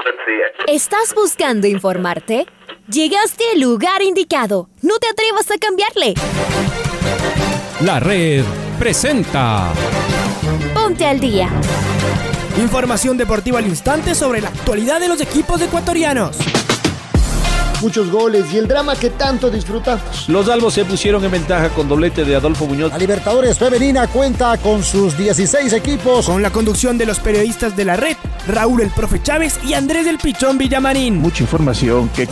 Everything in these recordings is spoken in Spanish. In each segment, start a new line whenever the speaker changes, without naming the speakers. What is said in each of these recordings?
¿Estás buscando informarte? Llegaste al lugar indicado. No te atrevas a cambiarle.
La Red presenta
Ponte al día.
Información deportiva al instante sobre la actualidad de los equipos ecuatorianos.
Muchos goles y el drama que tanto disfrutamos.
Los albos se pusieron en ventaja con doblete de Adolfo Muñoz.
La Libertadores Femenina cuenta con sus 16 equipos.
Con la conducción de los periodistas de La Red, Raúl el Profe Chávez y Andrés el Pichón Villamarín.
Mucha información que...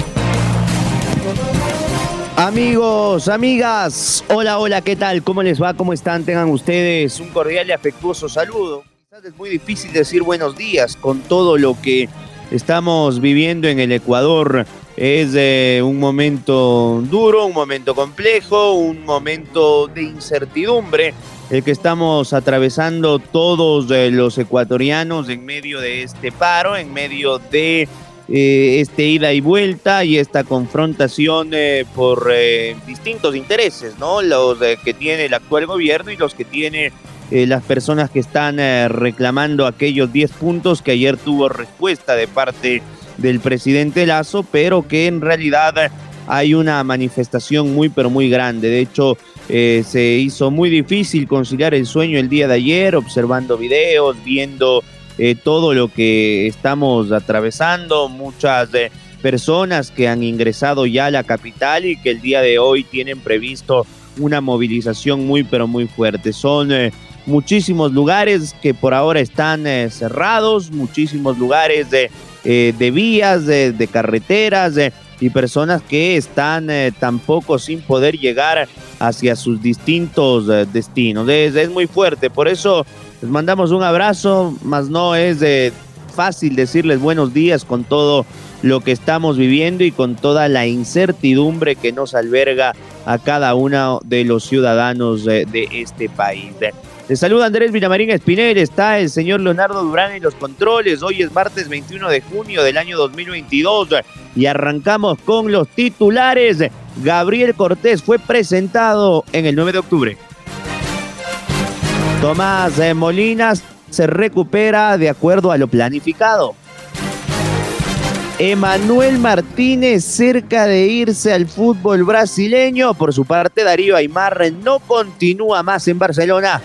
Amigos, amigas, hola, ¿qué tal? ¿Cómo les va? ¿Cómo están? Tengan ustedes un cordial y afectuoso saludo. Quizás es muy difícil decir buenos días con todo lo que estamos viviendo en el Ecuador. Es un momento duro, un momento complejo, un momento de incertidumbre el que estamos atravesando todos los ecuatorianos en medio de este paro, en medio de este ida y vuelta y esta confrontación por distintos intereses, ¿no? Los que tiene el actual gobierno y los que tiene las personas que están reclamando aquellos 10 puntos que ayer tuvo respuesta de parte del presidente Lasso, pero que en realidad hay una manifestación muy pero muy grande. De hecho, se hizo muy difícil conciliar el sueño el día de ayer, observando videos, viendo todo lo que estamos atravesando, muchas personas que han ingresado ya a la capital y que el día de hoy tienen previsto una movilización muy pero muy fuerte. Son muchísimos lugares que por ahora están cerrados, muchísimos lugares de vías, de carreteras y personas que están tampoco sin poder llegar hacia sus distintos destinos. Es muy fuerte, por eso les mandamos un abrazo, mas no es fácil decirles buenos días con todo lo que estamos viviendo y con toda la incertidumbre que nos alberga a cada uno de los ciudadanos de este país. Les saluda Andrés Villamarín Espinel, está el señor Leonardo Durán en los controles. Hoy es martes 21 de junio del año 2022 y arrancamos con los titulares. Gabriel Cortés fue presentado en el 9 de octubre. Tomás Molinas se recupera de acuerdo a lo planificado. Emanuel Martínez cerca de irse al fútbol brasileño. Por su parte, Darío Aimar no continúa más en Barcelona.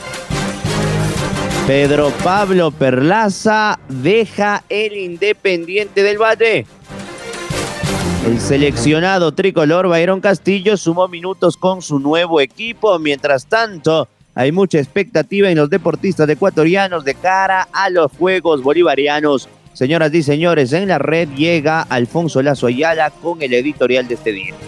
Pedro Pablo Perlaza deja el Independiente del Valle. El seleccionado tricolor Byron Castillo sumó minutos con su nuevo equipo. Mientras tanto, hay mucha expectativa en los deportistas ecuatorianos de cara a los Juegos Bolivarianos. Señoras y señores, en La Red llega Alfonso Lazo Ayala con el editorial de este día.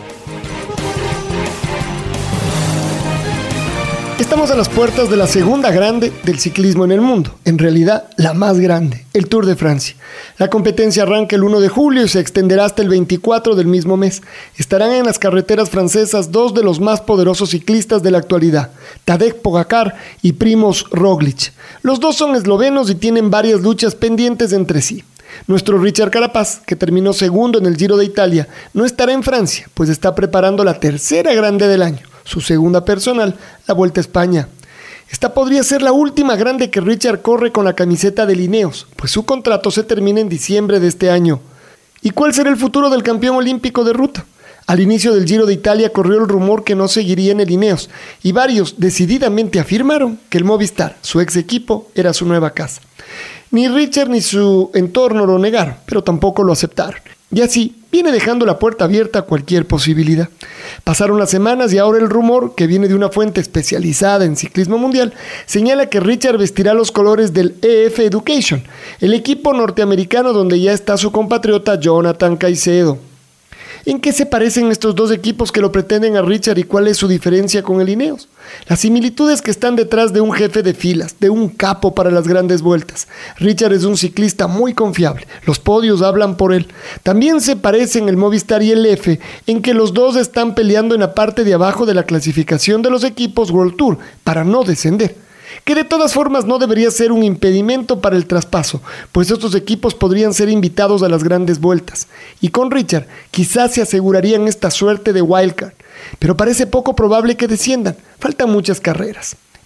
Estamos a las puertas de la segunda grande del ciclismo en el mundo, en realidad la más grande, el Tour de Francia. La competencia arranca el 1 de julio y se extenderá hasta el 24 del mismo mes. Estarán en las carreteras francesas dos de los más poderosos ciclistas de la actualidad, Tadej Pogačar y Primož Roglič. Los dos son eslovenos y tienen varias luchas pendientes entre sí. Nuestro Richard Carapaz, que terminó segundo en el Giro de Italia, no estará en Francia, pues está preparando la tercera grande del año, su segunda personal, la Vuelta a España. Esta podría ser la última grande que Richard corre con la camiseta de Ineos, pues su contrato se termina en diciembre de este año. ¿Y cuál será el futuro del campeón olímpico de ruta? Al inicio del Giro de Italia corrió el rumor que no seguiría en el Ineos, y varios decididamente afirmaron que el Movistar, su ex equipo, era su nueva casa. Ni Richard ni su entorno lo negaron, pero tampoco lo aceptaron. Y así viene dejando la puerta abierta a cualquier posibilidad. Pasaron las semanas y ahora el rumor, que viene de una fuente especializada en ciclismo mundial, señala que Richard vestirá los colores del EF Education, el equipo norteamericano donde ya está su compatriota Jonathan Caicedo. ¿En qué se parecen estos dos equipos que lo pretenden a Richard y cuál es su diferencia con el Ineos? Las similitudes que están detrás de un jefe de filas, de un capo para las grandes vueltas. Richard es un ciclista muy confiable, los podios hablan por él. También se parecen el Movistar y el F en que los dos están peleando en la parte de abajo de la clasificación de los equipos World Tour para no descender, que de todas formas no debería ser un impedimento para el traspaso, pues estos equipos podrían ser invitados a las grandes vueltas, y con Richard quizás se asegurarían esta suerte de wildcard, pero parece poco probable que desciendan, faltan muchas carreras.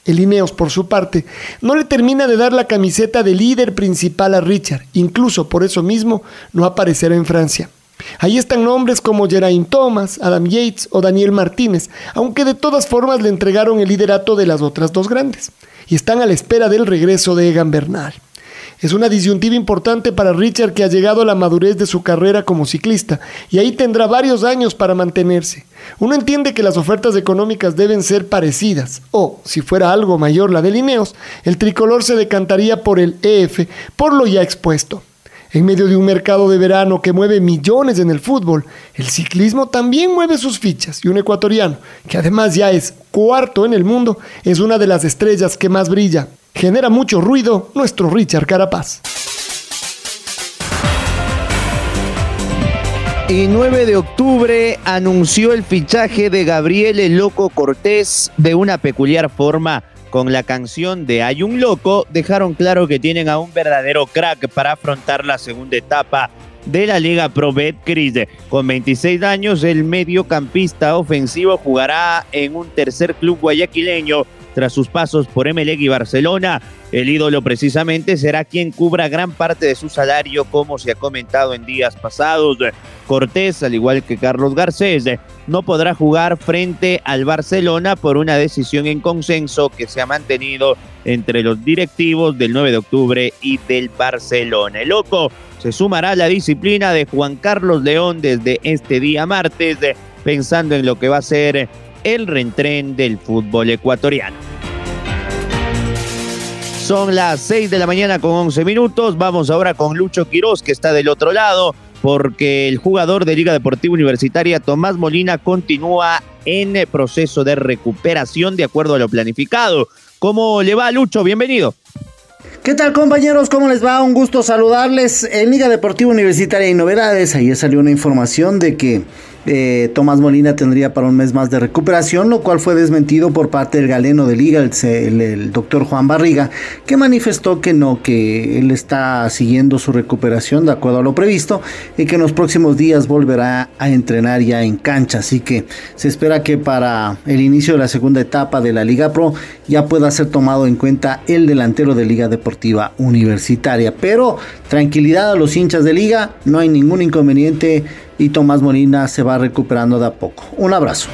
El Ineos, por su parte, no le termina de dar la camiseta de líder principal a Richard, incluso por eso mismo no aparecerá en Francia. Ahí están nombres como Geraint Thomas, Adam Yates o Daniel Martínez, aunque de todas formas le entregaron el liderato de las otras dos grandes, y están a la espera del regreso de Egan Bernal. Es una disyuntiva importante para Richard, que ha llegado a la madurez de su carrera como ciclista y ahí tendrá varios años para mantenerse. Uno entiende que las ofertas económicas deben ser parecidas o, si fuera algo mayor la del Ineos, el tricolor se decantaría por el EF por lo ya expuesto. En medio de un mercado de verano que mueve millones en el fútbol, el ciclismo también mueve sus fichas y un ecuatoriano, que además ya es cuarto en el mundo, es una de las estrellas que más brilla. Genera mucho ruido nuestro Richard Carapaz.
El 9 de octubre anunció el fichaje de Gabriel El Loco Cortés. De una peculiar forma, con la canción de Hay un Loco, dejaron claro que tienen a un verdadero crack para afrontar la segunda etapa de la Liga Pro Betcris. Con 26 años, el mediocampista ofensivo jugará en un tercer club guayaquileño tras sus pasos por Emelec y Barcelona. El ídolo precisamente será quien cubra gran parte de su salario, como se ha comentado en días pasados. Cortés, al igual que Carlos Garcés, no podrá jugar frente al Barcelona por una decisión en consenso que se ha mantenido entre los directivos del 9 de octubre y del Barcelona. El Loco se sumará a la disciplina de Juan Carlos León desde este día martes, pensando en lo que va a ser el reentrén del fútbol ecuatoriano. Son las 6 de la mañana con 11 minutos. Vamos ahora con Lucho Quiroz, que está del otro lado, porque el jugador de Liga Deportiva Universitaria, Tomás Molina, continúa en el proceso de recuperación de acuerdo a lo planificado. ¿Cómo le va, Lucho? Bienvenido.
¿Qué tal, compañeros? ¿Cómo les va? Un gusto saludarles. En Liga Deportiva Universitaria hay novedades. Ayer salió una información de que Tomás Molina tendría para un mes más de recuperación, lo cual fue desmentido por parte del galeno de Liga, el doctor Juan Barriga, que manifestó que no, que él está siguiendo su recuperación de acuerdo a lo previsto y que en los próximos días volverá a entrenar ya en cancha. Así que se espera que para el inicio de la segunda etapa de la Liga Pro ya pueda ser tomado en cuenta el delantero de Liga Deportiva Universitaria. Pero tranquilidad a los hinchas de Liga, no hay ningún inconveniente y Tomás Molina se va recuperando de a poco. Un abrazo.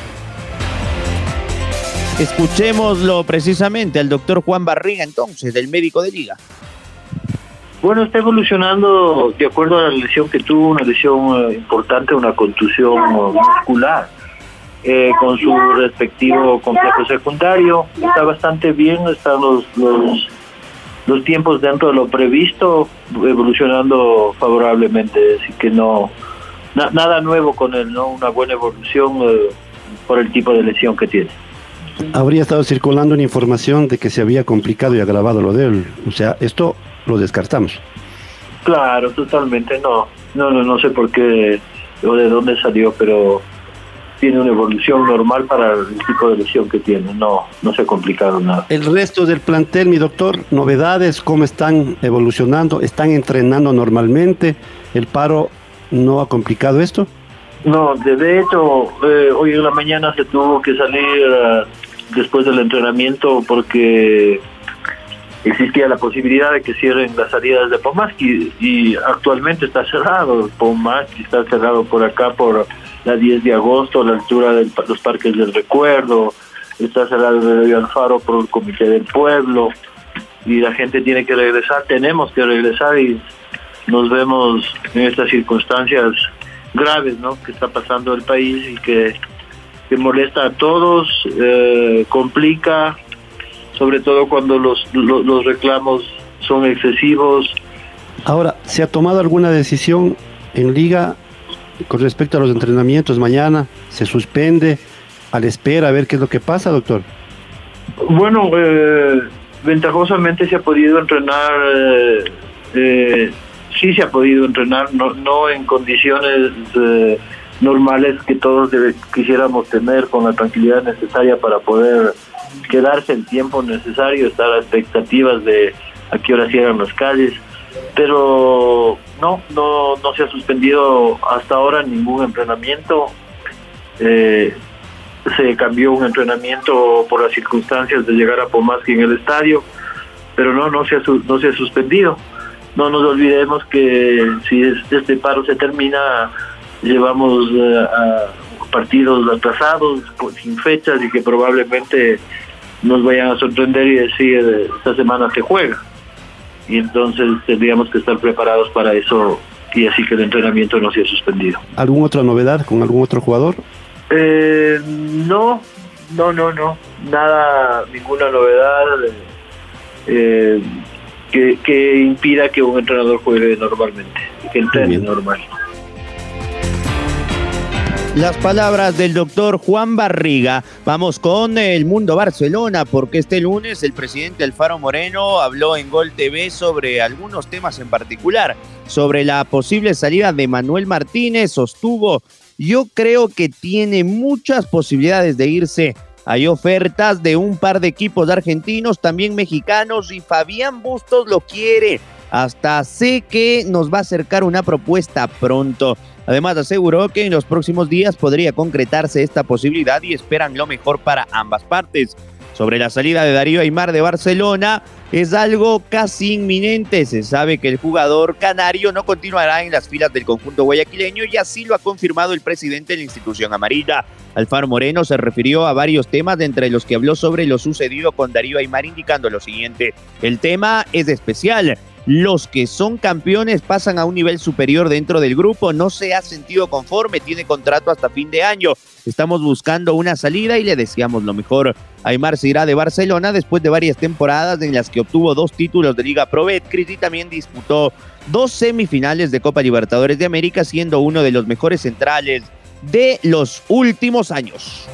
Escuchémoslo precisamente al doctor Juan Barriga, entonces, del médico de Liga.
Bueno, está evolucionando de acuerdo a la lesión que tuvo, una lesión importante, una contusión muscular, con su respectivo complejo secundario. Está bastante bien, están los tiempos dentro de lo previsto, evolucionando favorablemente, así que no... Nada nuevo con él, ¿no? Una buena evolución por el tipo de lesión que tiene.
Habría estado circulando una información de que se había complicado y agravado lo de él. O sea, esto lo descartamos.
Claro, totalmente. No sé por qué o de dónde salió, pero tiene una evolución normal para el tipo de lesión que tiene. No se ha complicado nada.
El resto del plantel, mi doctor, novedades, ¿cómo están evolucionando? ¿Están entrenando normalmente? ¿El paro no ha complicado esto?
No, de hecho, hoy en la mañana se tuvo que salir después del entrenamiento porque existía la posibilidad de que cierren las salidas de Pomaski y actualmente está cerrado. Pomaski está cerrado por acá por la 10 de agosto, a la altura de los parques del recuerdo, está cerrado el río Alfaro por el Comité del Pueblo y la gente tiene que regresar, tenemos que regresar y nos vemos en estas circunstancias graves, ¿no?, que está pasando el país y que molesta a todos, complica, sobre todo cuando los reclamos son excesivos.
Ahora, ¿se ha tomado alguna decisión en Liga con respecto a los entrenamientos mañana? ¿Se suspende a la espera a ver qué es lo que pasa, doctor?
Bueno, ventajosamente se ha podido entrenar, sí se ha podido entrenar, no en condiciones normales que todos quisiéramos tener, con la tranquilidad necesaria para poder quedarse el tiempo necesario, estar a expectativas de a qué hora cierran las calles, pero no se ha suspendido hasta ahora ningún entrenamiento. se cambió un entrenamiento por las circunstancias de llegar a Pomaski en el estadio, pero no se ha suspendido. No nos olvidemos que si este paro se termina, llevamos a partidos atrasados, sin fechas, y que probablemente nos vayan a sorprender y decir esta semana se juega. Y entonces tendríamos que estar preparados para eso, y así que el entrenamiento no se ha suspendido.
¿Alguna otra novedad con algún otro jugador?
No, nada, ninguna novedad que impida que un entrenador juegue normalmente, que entrene normal.
Las palabras del doctor Juan Barriga. Vamos con el Mundo Barcelona, porque este lunes el presidente Alfaro Moreno habló en Gol TV sobre algunos temas en particular, sobre la posible salida de Manuel Martínez. Sostuvo: yo creo que tiene muchas posibilidades de irse. Hay ofertas de un par de equipos argentinos, también mexicanos, y Fabián Bustos lo quiere. Hasta sé que nos va a acercar una propuesta pronto. Además, aseguró que en los próximos días podría concretarse esta posibilidad y esperan lo mejor para ambas partes. Sobre la salida de Darío Aimar de Barcelona, es algo casi inminente. Se sabe que el jugador canario no continuará en las filas del conjunto guayaquileño, y así lo ha confirmado el presidente de la institución amarilla. Alfaro Moreno se refirió a varios temas, de entre los que habló sobre lo sucedido con Darío Aimar, indicando lo siguiente: el tema es especial. Los que son campeones pasan a un nivel superior dentro del grupo. No se ha sentido conforme, tiene contrato hasta fin de año. Estamos buscando una salida y le deseamos lo mejor. Aimar se irá de Barcelona después de varias temporadas en las que obtuvo 2 títulos de Liga Pro Betcris y también disputó 2 semifinales de Copa Libertadores de América, siendo uno de los mejores centrales de los últimos años.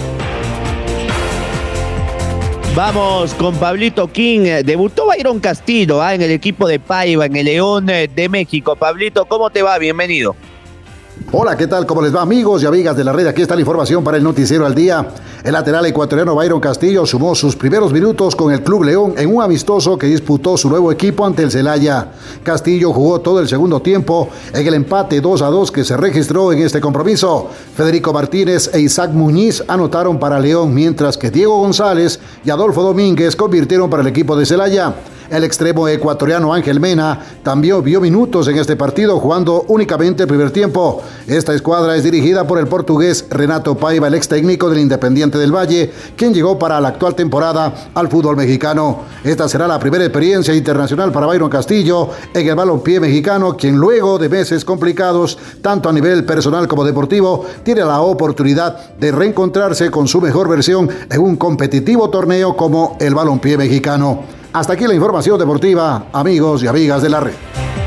Vamos con Pablito King. Debutó Byron Castillo en el equipo de Paiva, en el León de México. Pablito, ¿cómo te va? Bienvenido.
Hola, ¿qué tal? ¿Cómo les va, amigos y amigas de la red? Aquí está la información para el Noticiero al Día. El lateral ecuatoriano Byron Castillo sumó sus primeros minutos con el Club León en un amistoso que disputó su nuevo equipo ante el Celaya. Castillo jugó todo el segundo tiempo en el empate 2-2 que se registró en este compromiso. Federico Martínez e Isaac Muñiz anotaron para León, mientras que Diego González y Adolfo Domínguez convirtieron para el equipo de Celaya. El extremo ecuatoriano Ángel Mena también vio minutos en este partido, jugando únicamente el primer tiempo. Esta escuadra es dirigida por el portugués Renato Paiva, el ex técnico del Independiente del Valle, quien llegó para la actual temporada al fútbol mexicano. Esta será la primera experiencia internacional para Byron Castillo en el balompié mexicano, quien luego de meses complicados, tanto a nivel personal como deportivo, tiene la oportunidad de reencontrarse con su mejor versión en un competitivo torneo como el balompié mexicano. Hasta aquí la información deportiva, amigos y amigas de la red.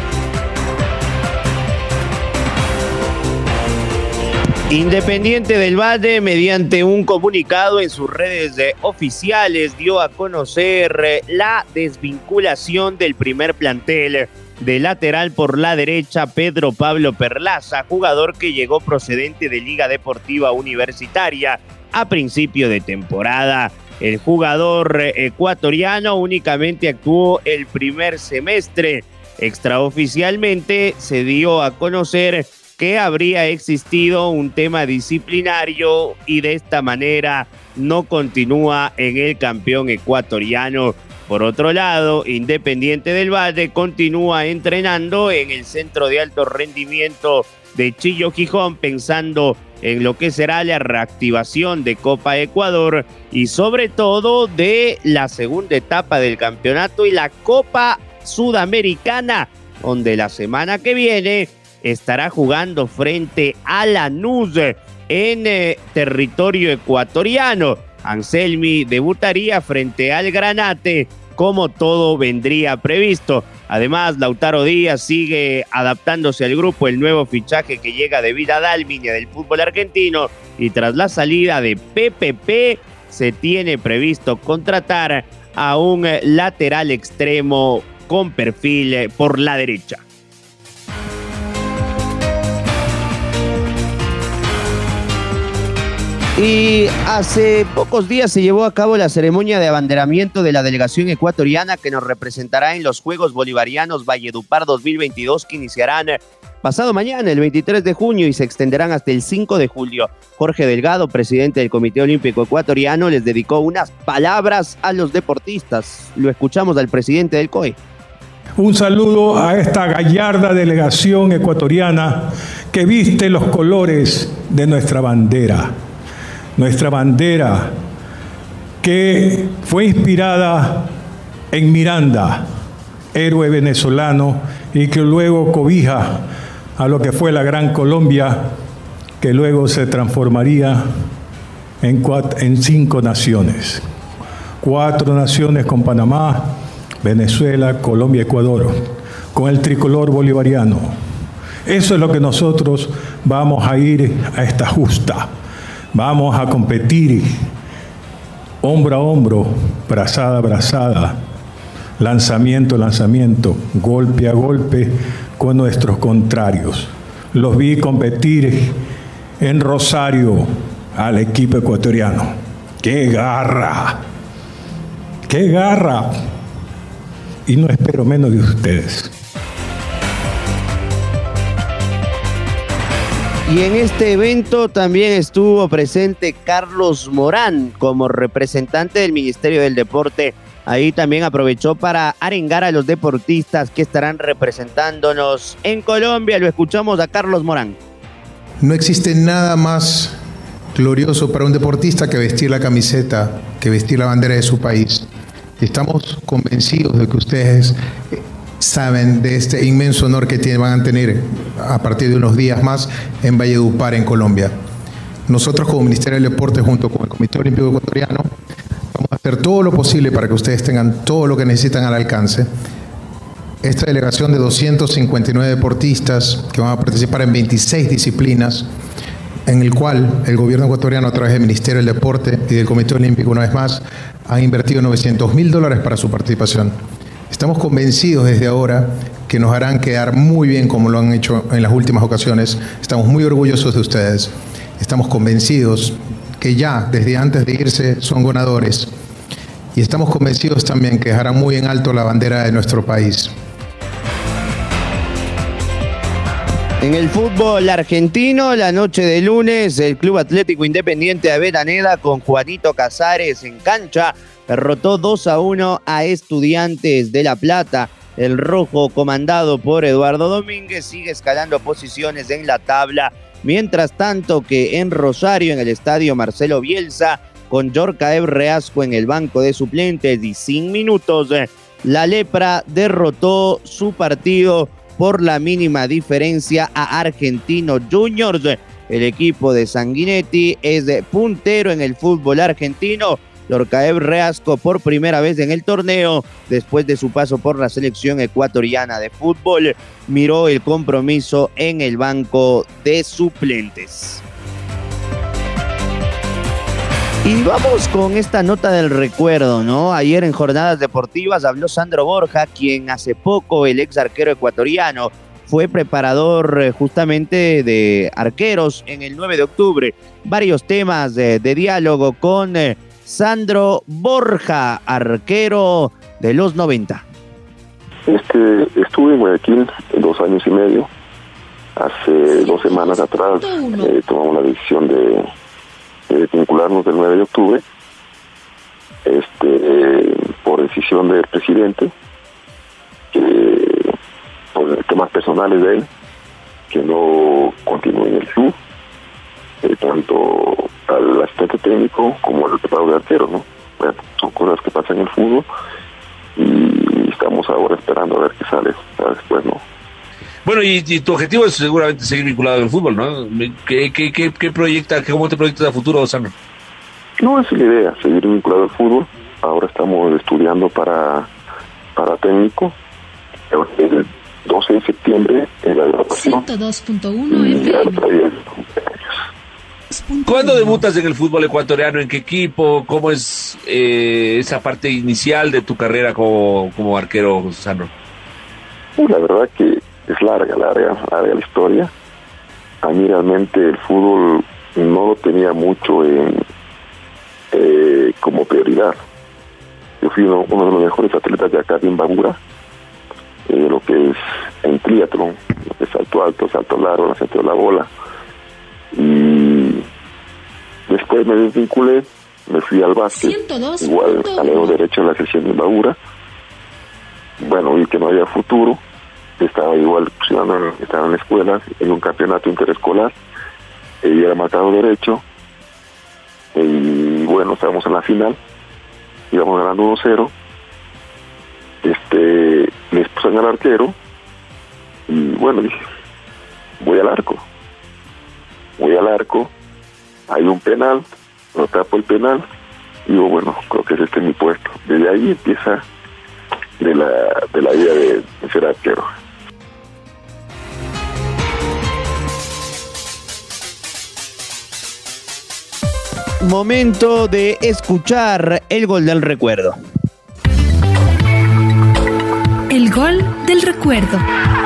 Independiente del Valle, mediante un comunicado en sus redes oficiales, dio a conocer la desvinculación del primer plantel de lateral por la derecha Pedro Pablo Perlaza, jugador que llegó procedente de Liga Deportiva Universitaria a principio de temporada. El jugador ecuatoriano únicamente actuó el primer semestre. Extraoficialmente se dio a conocer que habría existido un tema disciplinario y de esta manera no continúa en el campeón ecuatoriano. Por otro lado, Independiente del Valle continúa entrenando en el Centro de Alto Rendimiento de Chillo Gijón, pensando en lo que será la reactivación de Copa Ecuador y sobre todo de la segunda etapa del campeonato y la Copa Sudamericana, donde la semana que viene estará jugando frente a Lanús en territorio ecuatoriano. Anselmi debutaría frente al Granate, como todo vendría previsto. Además, Lautaro Díaz sigue adaptándose al grupo, el nuevo fichaje que llega de Vida Dálmine del fútbol argentino, y tras la salida de PPP se tiene previsto contratar a un lateral extremo con perfil por la derecha. Y hace pocos días se llevó a cabo la ceremonia de abanderamiento de la delegación ecuatoriana que nos representará en los Juegos Bolivarianos Valledupar 2022, que iniciarán pasado mañana, el 23 de junio, y se extenderán hasta el 5 de julio. Jorge Delgado, presidente del Comité Olímpico Ecuatoriano, les dedicó unas palabras a los deportistas. Lo escuchamos al presidente del COE.
Un saludo a esta gallarda delegación ecuatoriana que viste los colores de nuestra bandera. Nuestra bandera que fue inspirada en Miranda, héroe venezolano, y que luego cobija a lo que fue la Gran Colombia, que luego se transformaría en 5 naciones. 4 naciones con Panamá, Venezuela, Colombia, Ecuador, con el tricolor bolivariano. Eso es lo que nosotros vamos a ir a esta justa. Vamos a competir hombro a hombro, brazada a brazada, lanzamiento a lanzamiento, golpe a golpe con nuestros contrarios. Los vi competir en Rosario al equipo ecuatoriano. ¡Qué garra! ¡Qué garra! Y no espero menos de ustedes.
Y en este evento también estuvo presente Carlos Morán como representante del Ministerio del Deporte. Ahí también aprovechó para arengar a los deportistas que estarán representándonos en Colombia. Lo escuchamos a Carlos Morán.
No existe nada más glorioso para un deportista que vestir la camiseta, que vestir la bandera de su país. Estamos convencidos de que ustedes saben de este inmenso honor que van a tener a partir de unos días más en Valledupar, en Colombia. Nosotros como Ministerio del Deporte, junto con el Comité Olímpico Ecuatoriano, vamos a hacer todo lo posible para que ustedes tengan todo lo que necesitan al alcance. Esta delegación de 259 deportistas que van a participar en 26 disciplinas, en el cual el gobierno ecuatoriano, a través del Ministerio del Deporte y del Comité Olímpico, una vez más, han invertido $900,000 para su participación. Estamos convencidos desde ahora que nos harán quedar muy bien como lo han hecho en las últimas ocasiones. Estamos muy orgullosos de ustedes. Estamos convencidos que ya desde antes de irse son ganadores. Y estamos convencidos también que dejarán muy en alto la bandera de nuestro país.
En el fútbol argentino, la noche de lunes, el Club Atlético Independiente de Avellaneda con Juanito Casares en cancha derrotó 2-1 a Estudiantes de La Plata. El rojo, comandado por Eduardo Domínguez, sigue escalando posiciones en la tabla. Mientras tanto que en Rosario, en el estadio Marcelo Bielsa, con Yorcaev Reasco en el banco de suplentes y sin minutos, la Lepra derrotó su partido por la mínima diferencia a Argentino Juniors. El equipo de Sanguinetti es puntero en el fútbol argentino. Yorcaev Reasco por primera vez en el torneo, después de su paso por la selección ecuatoriana de fútbol, miró el compromiso en el banco de suplentes. Y vamos con esta nota del recuerdo, ¿no? Ayer en Jornadas Deportivas habló Sandro Borja, quien hace poco, el ex arquero ecuatoriano, fue preparador justamente de arqueros en el 9 de octubre. Varios temas de diálogo con Sandro Borja, arquero de los 90.
Estuve en Guayaquil 2 años y medio. Hace 2 semanas atrás tomamos la decisión de vincularnos del 9 de octubre por decisión del presidente, por temas personales de él, que no continúe en el club, tanto al asistente técnico como al preparador de arquero, ¿no? Bueno, son cosas que pasan en el fútbol y estamos ahora esperando a ver qué sale después, ¿no?
Bueno, y tu objetivo es seguramente seguir vinculado al fútbol, ¿no? ¿Qué proyecta, cómo te proyectas a futuro, Sandro?
No, esa es la idea, seguir vinculado al fútbol. Ahora estamos estudiando para técnico. El 12 de septiembre en la graduación.
102.1 FM.
¿Cuándo debutas en el fútbol ecuatoriano? ¿En qué equipo? ¿Cómo es esa parte inicial de tu carrera como arquero, Sandro?
La verdad que es larga la historia. A mí realmente el fútbol no lo tenía mucho como prioridad. Yo fui uno de los mejores atletas de acá de Imbabura, lo que es en triatlón, lo que es salto alto, salto largo, la centro de la bola. Y después me desvinculé, me fui al básquet, igual al lado derecho de la sección de Imbabura. Bueno, vi que no había futuro, estaba igual estaba en la escuela, en un campeonato interescolar, y era marcado derecho, y bueno, estábamos en la final, íbamos ganando 1-0, me expulsan al arquero, y bueno, dije, voy al arco, hay un penal, no tapo el penal, y digo, bueno, creo que es mi puesto. Desde ahí empieza de la vida de ser arquero.
Momento de escuchar el gol del recuerdo.
El gol del recuerdo.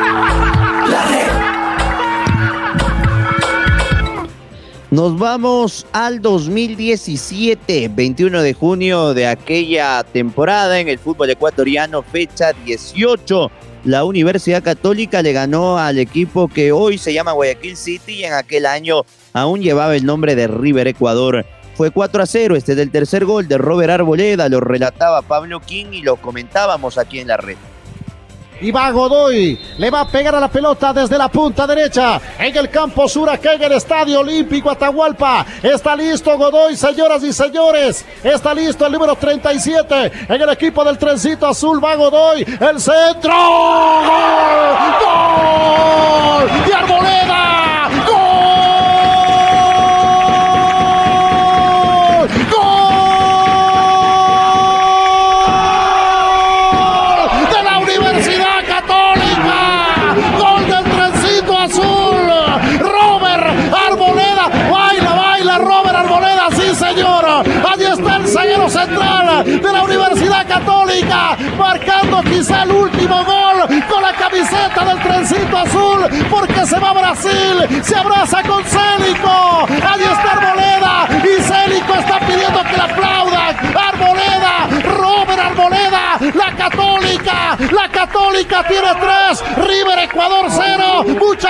Nos vamos al 2017, 21 de junio de aquella temporada en el fútbol ecuatoriano, fecha 18. La Universidad Católica le ganó al equipo que hoy se llama Guayaquil City y en aquel año aún llevaba el nombre de River Ecuador. Fue 4-0, este es el tercer gol de Robert Arboleda, lo relataba Pablo King y lo comentábamos aquí en la red.
Y va Godoy, le va a pegar a la pelota desde la punta derecha, en el campo sur, acá en el Estadio Olímpico Atahualpa. Está listo Godoy, señoras y señores, está listo el número 37, en el equipo del trencito azul, va Godoy, el centro, ¡gol! ¡De Arboleda! ¡Gol! Allí está el zaguero central de la Universidad Católica, marcando quizá el último gol con la camiseta del trencito azul, porque se va a Brasil, se abraza con Célico. Allí está Arboleda y Célico está pidiendo que le aplaudan. Arboleda, Robert Arboleda, la Católica tiene 3, River Ecuador 0. Muchas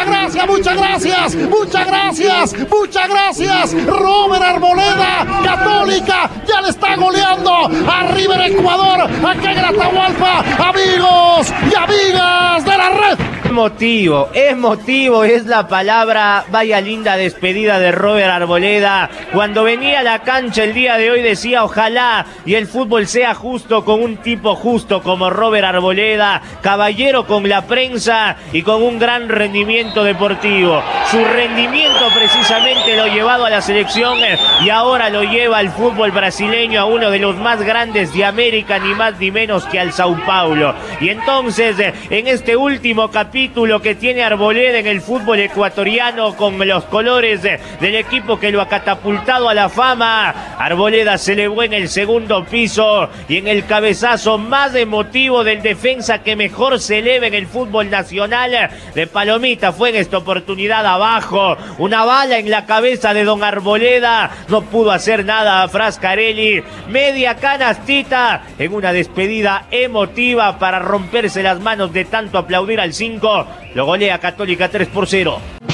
gracias, Robert Arboleda, Católica ya le está goleando a River Ecuador, acá en Atahualpa, amigos y amigas de la red.
Emotivo es la palabra. Vaya linda despedida de Robert Arboleda. Cuando venía a la cancha el día de hoy decía ojalá y el fútbol sea justo con un tipo justo como Robert Arboleda, caballero con la prensa y con un gran rendimiento deportivo. Su rendimiento precisamente lo ha llevado a la selección y ahora lo lleva al fútbol brasileño, a uno de los más grandes de América, ni más ni menos que al Sao Paulo. Y entonces en este último capítulo que tiene Arboleda en el fútbol ecuatoriano con los colores del equipo que lo ha catapultado a la fama, Arboleda se elevó en el segundo piso y en el cabezazo más emotivo del defensa que mejor se eleva en el fútbol nacional, de palomita fue en esta oportunidad abajo, una bala en la cabeza de don Arboleda, no pudo hacer nada a Frascarelli, media canastita en una despedida emotiva para romperse las manos de tanto aplaudir al 5. Lo golea Católica 3-0.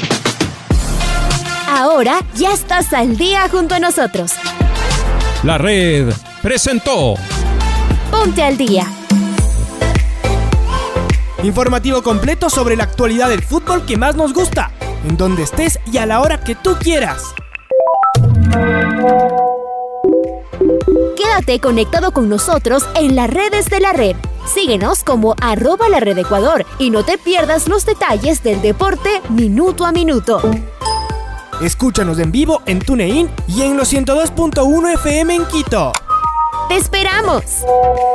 Ahora ya estás al día junto a nosotros.
La red presentó
Ponte al Día.
Informativo completo sobre la actualidad del fútbol que más nos gusta, en donde estés y a la hora que tú quieras.
Quédate conectado con nosotros en las redes de la red. Síguenos como @LaRedEcuador y no te pierdas los detalles del deporte minuto a minuto.
Escúchanos en vivo en TuneIn y en los 102.1 FM en Quito.
¡Te esperamos!